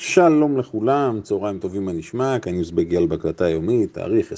שלום לכולם, צהריים טובים מה נשמע, כאן יוזבג בהקלטה היומית, תאריך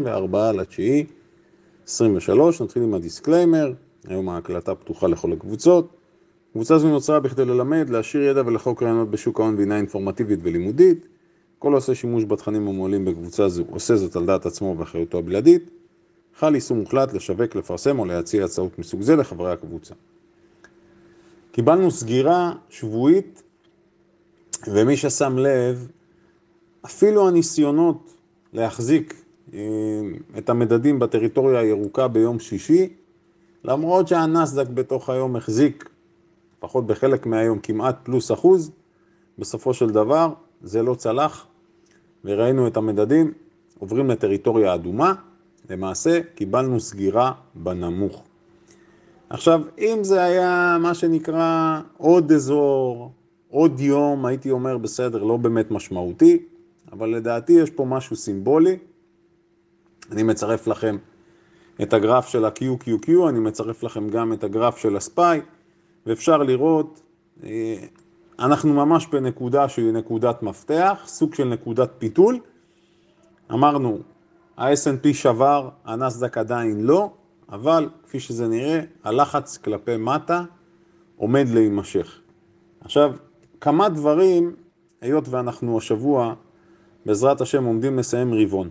24/9/23, נתחיל עם הדיסקליימר, היום ההקלטה פתוחה לכל הקבוצות. קבוצה זו נוצרה בכדי ללמד, להשאיר ידע ולחוק רעיונות בשוק ההון בינה אינפורמטיבית ולימודית. כל העושה שימוש בתכנים המועלים בקבוצה זו עושה זאת על דעת עצמו ואחריותו הבלעדית. חל איסור מוחלט לשווק, לפרסם או להציע הצעות מסוג זה לחברי הקבוצה. קיבלנו סגירה שבועית, ומי ששם לב, אפילו הניסיונות להחזיק את המדדים בטריטוריה הירוקה ביום שישי, למרות שהנסדק בתוך היום החזיק, פחות בחלק מהיום, כמעט פלוס אחוז, בסופו של דבר זה לא צלח, וראינו את המדדים עוברים לטריטוריה אדומה, למעשה קיבלנו סגירה בנמוך. עכשיו, אם זה היה מה שנקרא עוד אזור, עוד יום, הייתי אומר בסדר, לא באמת משמעותי, אבל לדעתי יש פה משהו סימבולי. אני מצרף לכם את הגרף של ה-QQQ, אני מצרף לכם גם את הגרף של הספי, ואפשר לראות, אנחנו ממש בנקודה שהיא נקודת מפתח, סוג של נקודת פיתול. אמרנו, ה-S&P שבר, הנסדק עדיין לא, אבל כפי שזה נראה, הלחץ כלפי מטה עומד להימשך. עכשיו, כמה דברים, היות ואנחנו השבוע, בעזרת השם, עומדים לסיים רבעון.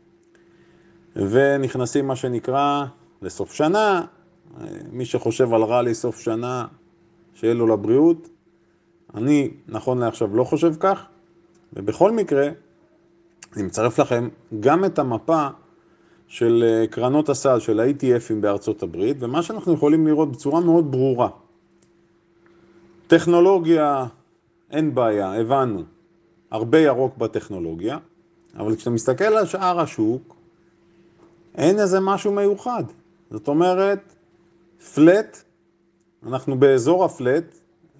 ונכנסים מה שנקרא לסוף שנה, מי שחושב על רע לסוף שנה, שיהיה לו לבריאות. אני נכון לעכשיו לא חושב כך, ובכל מקרה, אני מצרף לכם גם את המפה של קרנות הסל של ה-ETFים בארצות הברית, ומה שאנחנו יכולים לראות בצורה מאוד ברורה. טכנולוגיה, אין בעיה, הבנו, הרבה ירוק בטכנולוגיה, אבל כשאתה מסתכל על שאר השוק, אין איזה משהו מיוחד. זאת אומרת, פלט, אנחנו באזור הפלט,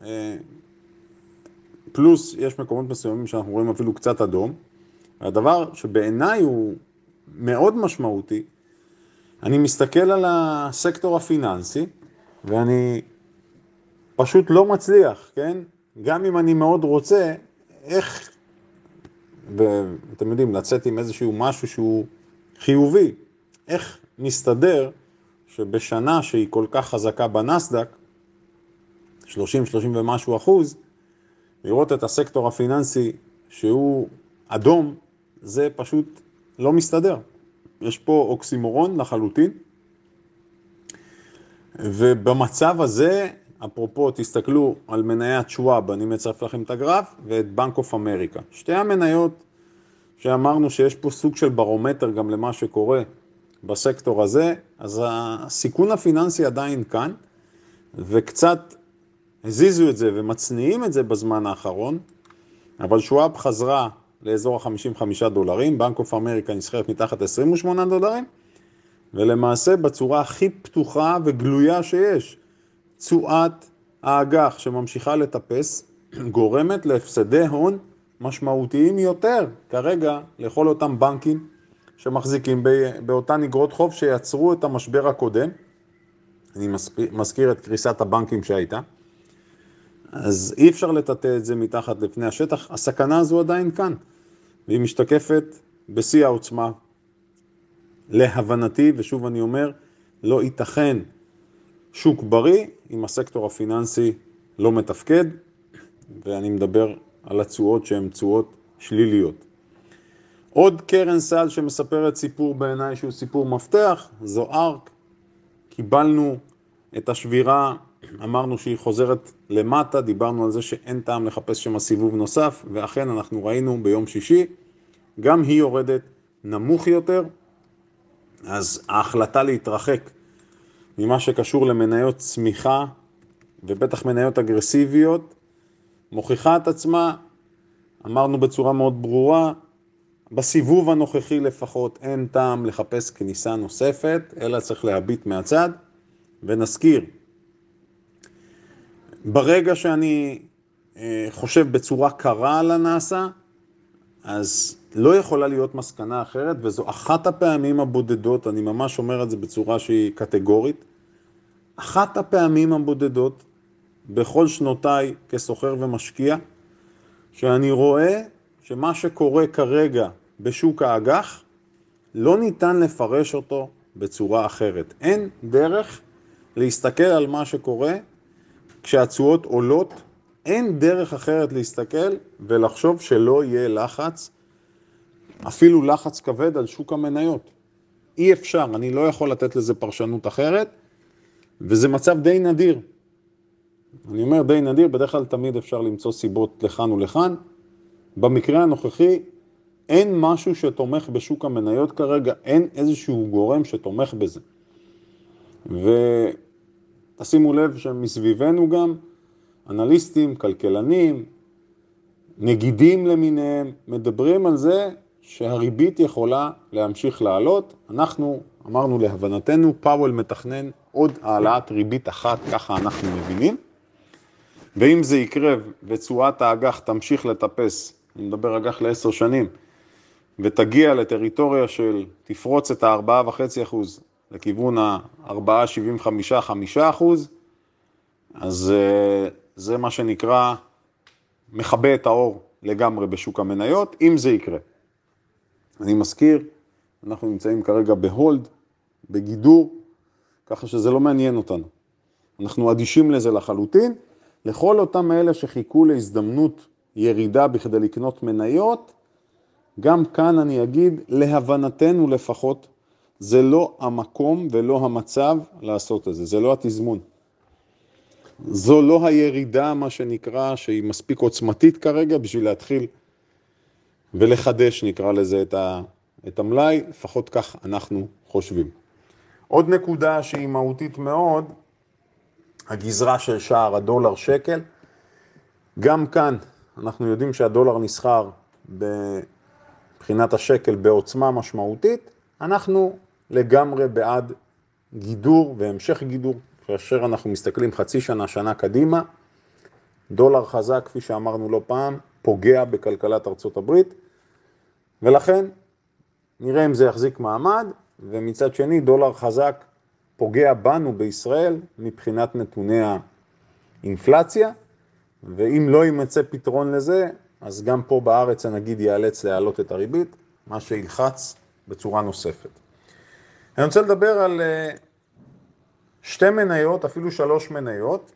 פלוס יש מקומות מסוימים שאנחנו רואים אפילו קצת אדום, והדבר שבעיניי הוא מאוד משמעותי, אני מסתכל על הסקטור הפיננסי, ואני פשוט לא מצליח, כן? גם אם אני מאוד רוצה, איך, ואתם יודעים, לצאת עם איזשהו משהו שהוא חיובי, איך מסתדר שבשנה שהיא כל כך חזקה בנסדק, 30 ומשהו אחוז, לראות את הסקטור הפיננסי שהוא אדום, זה פשוט לא מסתדר. יש פה אוקסימורון לחלוטין, ובמצב הזה, אפרופו, תסתכלו על מניית שוואב, אני מצרף לכם את הגרף, ואת בנק אוף אמריקה. שתי המניות שאמרנו שיש פה סוג של ברומטר גם למה שקורה בסקטור הזה, אז הסיכון הפיננסי עדיין כאן, וקצת הזיזו את זה ומצניעים את זה בזמן האחרון, אבל שוואב חזרה לאזור ה-$55, בנק אוף אמריקה נסחרת מתחת $28, ולמעשה בצורה הכי פתוחה וגלויה שיש, תשואת האג"ח שממשיכה לטפס, גורמת להפסדי הון משמעותיים יותר, כרגע לכל אותם בנקים שמחזיקים באותן אגרות חוב שיצרו את המשבר הקודם. אני מזכיר את קריסת הבנקים שהייתה. אז אי אפשר לטאטא את זה מתחת לפני השטח, הסכנה הזו עדיין כאן, והיא משתקפת בשיא העוצמה. להבנתי, ושוב אני אומר, לא ייתכן שוק בריא אם הסקטור הפיננסי לא מתפקד, ואני מדבר על התשואות שהן תשואות שליליות. עוד קרן סל שמספרת סיפור בעיניי שהוא סיפור מפתח, זו ארק. קיבלנו את השבירה, אמרנו שהיא חוזרת למטה, דיברנו על זה שאין טעם לחפש שם סיבוב נוסף, ואכן אנחנו ראינו ביום שישי, גם היא יורדת נמוך יותר, אז ההחלטה להתרחק ממה שקשור למניות צמיחה, ובטח מניות אגרסיביות, מוכיחה את עצמה, אמרנו בצורה מאוד ברורה, בסיבוב הנוכחי לפחות אין טעם לחפש כניסה נוספת, אלא צריך להביט מהצד, ונזכיר, ברגע שאני חושב בצורה קרה על הנעשה, אז לא יכולה להיות מסקנה אחרת, וזו אחת הפעמים הבודדות, אני ממש אומר את זה בצורה שהיא קטגורית, אחת הפעמים הבודדות בכל שנותיי כסוחר ומשקיע, שאני רואה שמה שקורה כרגע בשוק האג"ח לא ניתן לפרש אותו בצורה אחרת. אין דרך להסתכל על מה שקורה כשהתשואות עולות, אין דרך אחרת להסתכל ולחשוב שלא יהיה לחץ, אפילו לחץ כבד על שוק המניות. אי אפשר, אני לא יכול לתת לזה פרשנות אחרת, וזה מצב די נדיר. אני אומר די נדיר, בדרך כלל תמיד אפשר למצוא סיבות לכאן ולכאן. במקרה הנוכחי אין משהו שתומך בשוק המניות כרגע, אין איזשהו גורם שתומך בזה. ותשימו לב שמסביבנו גם אנליסטים, כלכלנים, נגידים למיניהם, מדברים על זה שהריבית יכולה להמשיך לעלות. אנחנו אמרנו להבנתנו, פאוול מתכנן עוד העלאת ריבית אחת, ככה אנחנו מבינים. ואם זה יקרה ותשואת האג"ח תמשיך לטפס, אני מדבר אג"ח ל10 שנים, ותגיע לטריטוריה של תפרוץ את ה4.5% לכיוון ה4.75-5%, אז זה מה שנקרא מכבה את האור לגמרי בשוק המניות, אם זה יקרה. אני מזכיר, אנחנו נמצאים כרגע בהולד, בגידור, ככה שזה לא מעניין אותנו. אנחנו אדישים לזה לחלוטין. לכל אותם אלה שחיכו להזדמנות ירידה בכדי לקנות מניות, גם כאן אני אגיד, להבנתנו לפחות, זה לא המקום ולא המצב לעשות את זה, זה לא התזמון. זו לא הירידה, מה שנקרא, שהיא מספיק עוצמתית כרגע, בשביל להתחיל ולחדש, נקרא לזה, את המלאי, לפחות כך אנחנו חושבים. עוד נקודה שהיא מהותית מאוד, הגזרה של שער הדולר שקל. גם כאן אנחנו יודעים שהדולר נסחר בבחינת השקל בעוצמה משמעותית. אנחנו לגמרי בעד גידור והמשך גידור. כאשר אנחנו מסתכלים חצי שנה, שנה קדימה, דולר חזק, כפי שאמרנו לא פעם, פוגע בכלכלת ארצות הברית, ולכן נראה אם זה יחזיק מעמד, ומצד שני דולר חזק פוגע בנו בישראל מבחינת נתוני האינפלציה, ואם לא יימצא פתרון לזה, אז גם פה בארץ הנגיד ייאלץ להעלות את הריבית, מה שילחץ בצורה נוספת. אני רוצה לדבר על שתי מניות, אפילו 3 מניות.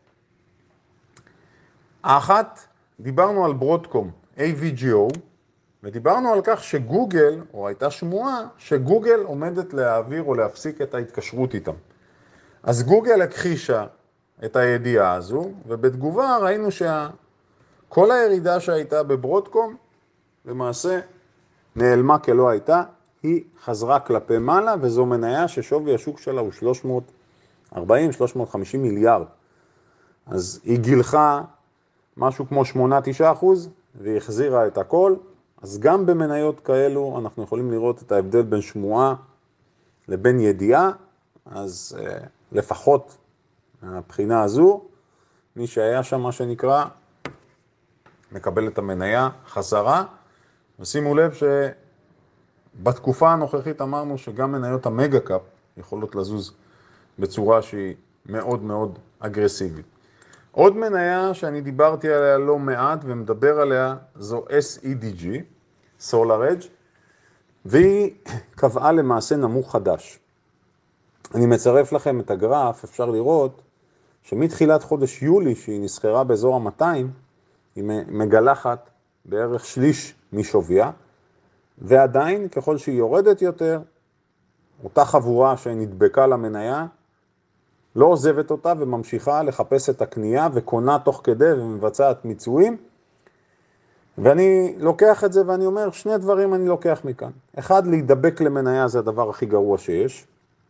האחת, דיברנו על ברודקום, AVGO, ודיברנו על כך שגוגל, או הייתה שמועה, שגוגל עומדת להעביר או להפסיק את ההתקשרות איתם. אז גוגל הכחישה את הידיעה הזו, ובתגובה ראינו שכל הירידה שהייתה בברודקום, למעשה נעלמה כלא הייתה, היא חזרה כלפי מעלה, וזו מניה ששווי השוק שלה הוא 340-350 מיליארד. אז היא גילחה משהו כמו 8-9%, והיא החזירה את הכל. אז גם במניות כאלו אנחנו יכולים לראות את ההבדל בין שמועה לבין ידיעה, אז לפחות מהבחינה הזו, מי שהיה שם מה שנקרא, מקבל את המניה חזרה. ושימו לב שבתקופה הנוכחית אמרנו שגם מניות המגה קאפ יכולות לזוז בצורה שהיא מאוד מאוד אגרסיבית. עוד מניה שאני דיברתי עליה לא מעט ומדבר עליה זו SEDG, SolarEdge, והיא קבעה למעשה נמוך חדש. אני מצרף לכם את הגרף, אפשר לראות שמתחילת חודש יולי שהיא נסחרה באזור ה-200, היא מגלחת בערך שליש משוויה, ועדיין ככל שהיא יורדת יותר, אותה חבורה שנדבקה למניה, לא עוזבת אותה וממשיכה לחפש את הקנייה וקונה תוך כדי ומבצעת מיצויים. ואני לוקח את זה ואני אומר, שני דברים אני לוקח מכאן. אחד, להידבק למניה זה הדבר הכי גרוע שיש.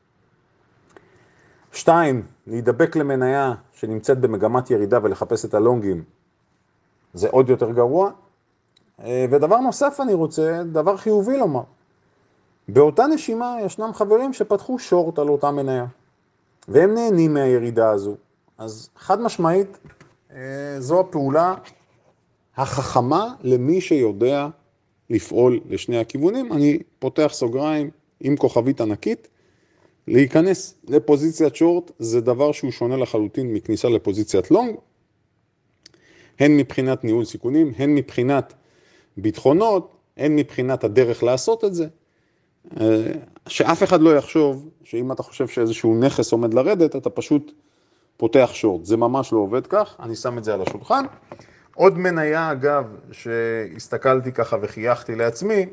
2, להידבק למניה שנמצאת במגמת ירידה ולחפש את הלונגים, זה עוד יותר גרוע. ודבר נוסף אני רוצה, דבר חיובי לומר. באותה נשימה ישנם חברים שפתחו שורט על אותה מניה. והם נהנים מהירידה הזו. אז חד משמעית, זו הפעולה החכמה למי שיודע לפעול לשני הכיוונים. אני פותח סוגריים עם כוכבית ענקית. להיכנס לפוזיציית שורט זה דבר שהוא שונה לחלוטין מכניסה לפוזיציית לונג. הן מבחינת ניהול סיכונים, הן מבחינת ביטחונות, הן מבחינת הדרך לעשות את זה. שאף אחד לא יחשוב שאם אתה חושב שאיזשהו נכס עומד לרדת, אתה פשוט פותח שורט. זה ממש לא עובד כך, אני שם את זה על השולחן. עוד מניה אגב, שהסתכלתי ככה וחייכתי לעצמי,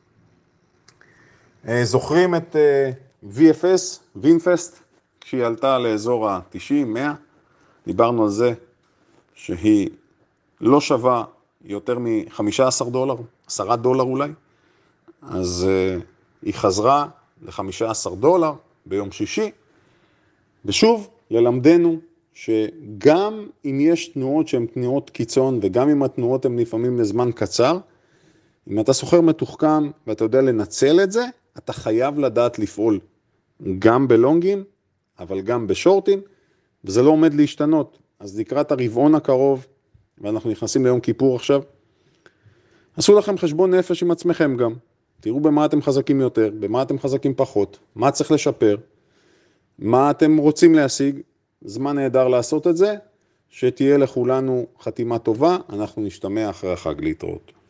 זוכרים את VFS, וינפסט, כשהיא עלתה לאזור ה-90, 100, דיברנו על זה שהיא לא שווה יותר $15, $10 אולי, אז היא חזרה $15 ביום שישי, ושוב ללמדנו שגם אם יש תנועות שהן תנועות קיצון, וגם אם התנועות הן לפעמים לזמן קצר, אם אתה סוחר מתוחכם ואתה יודע לנצל את זה, אתה חייב לדעת לפעול גם בלונגים, אבל גם בשורטים, וזה לא עומד להשתנות. אז לקראת הרבעון הקרוב, ואנחנו נכנסים ליום כיפור עכשיו, עשו לכם חשבון נפש עם עצמכם גם. תראו במה אתם חזקים יותר, במה אתם חזקים פחות, מה צריך לשפר, מה אתם רוצים להשיג. זמן נהדר לעשות את זה, שתהיה לכולנו חתימה טובה, אנחנו נשתמע אחרי החג להתראות.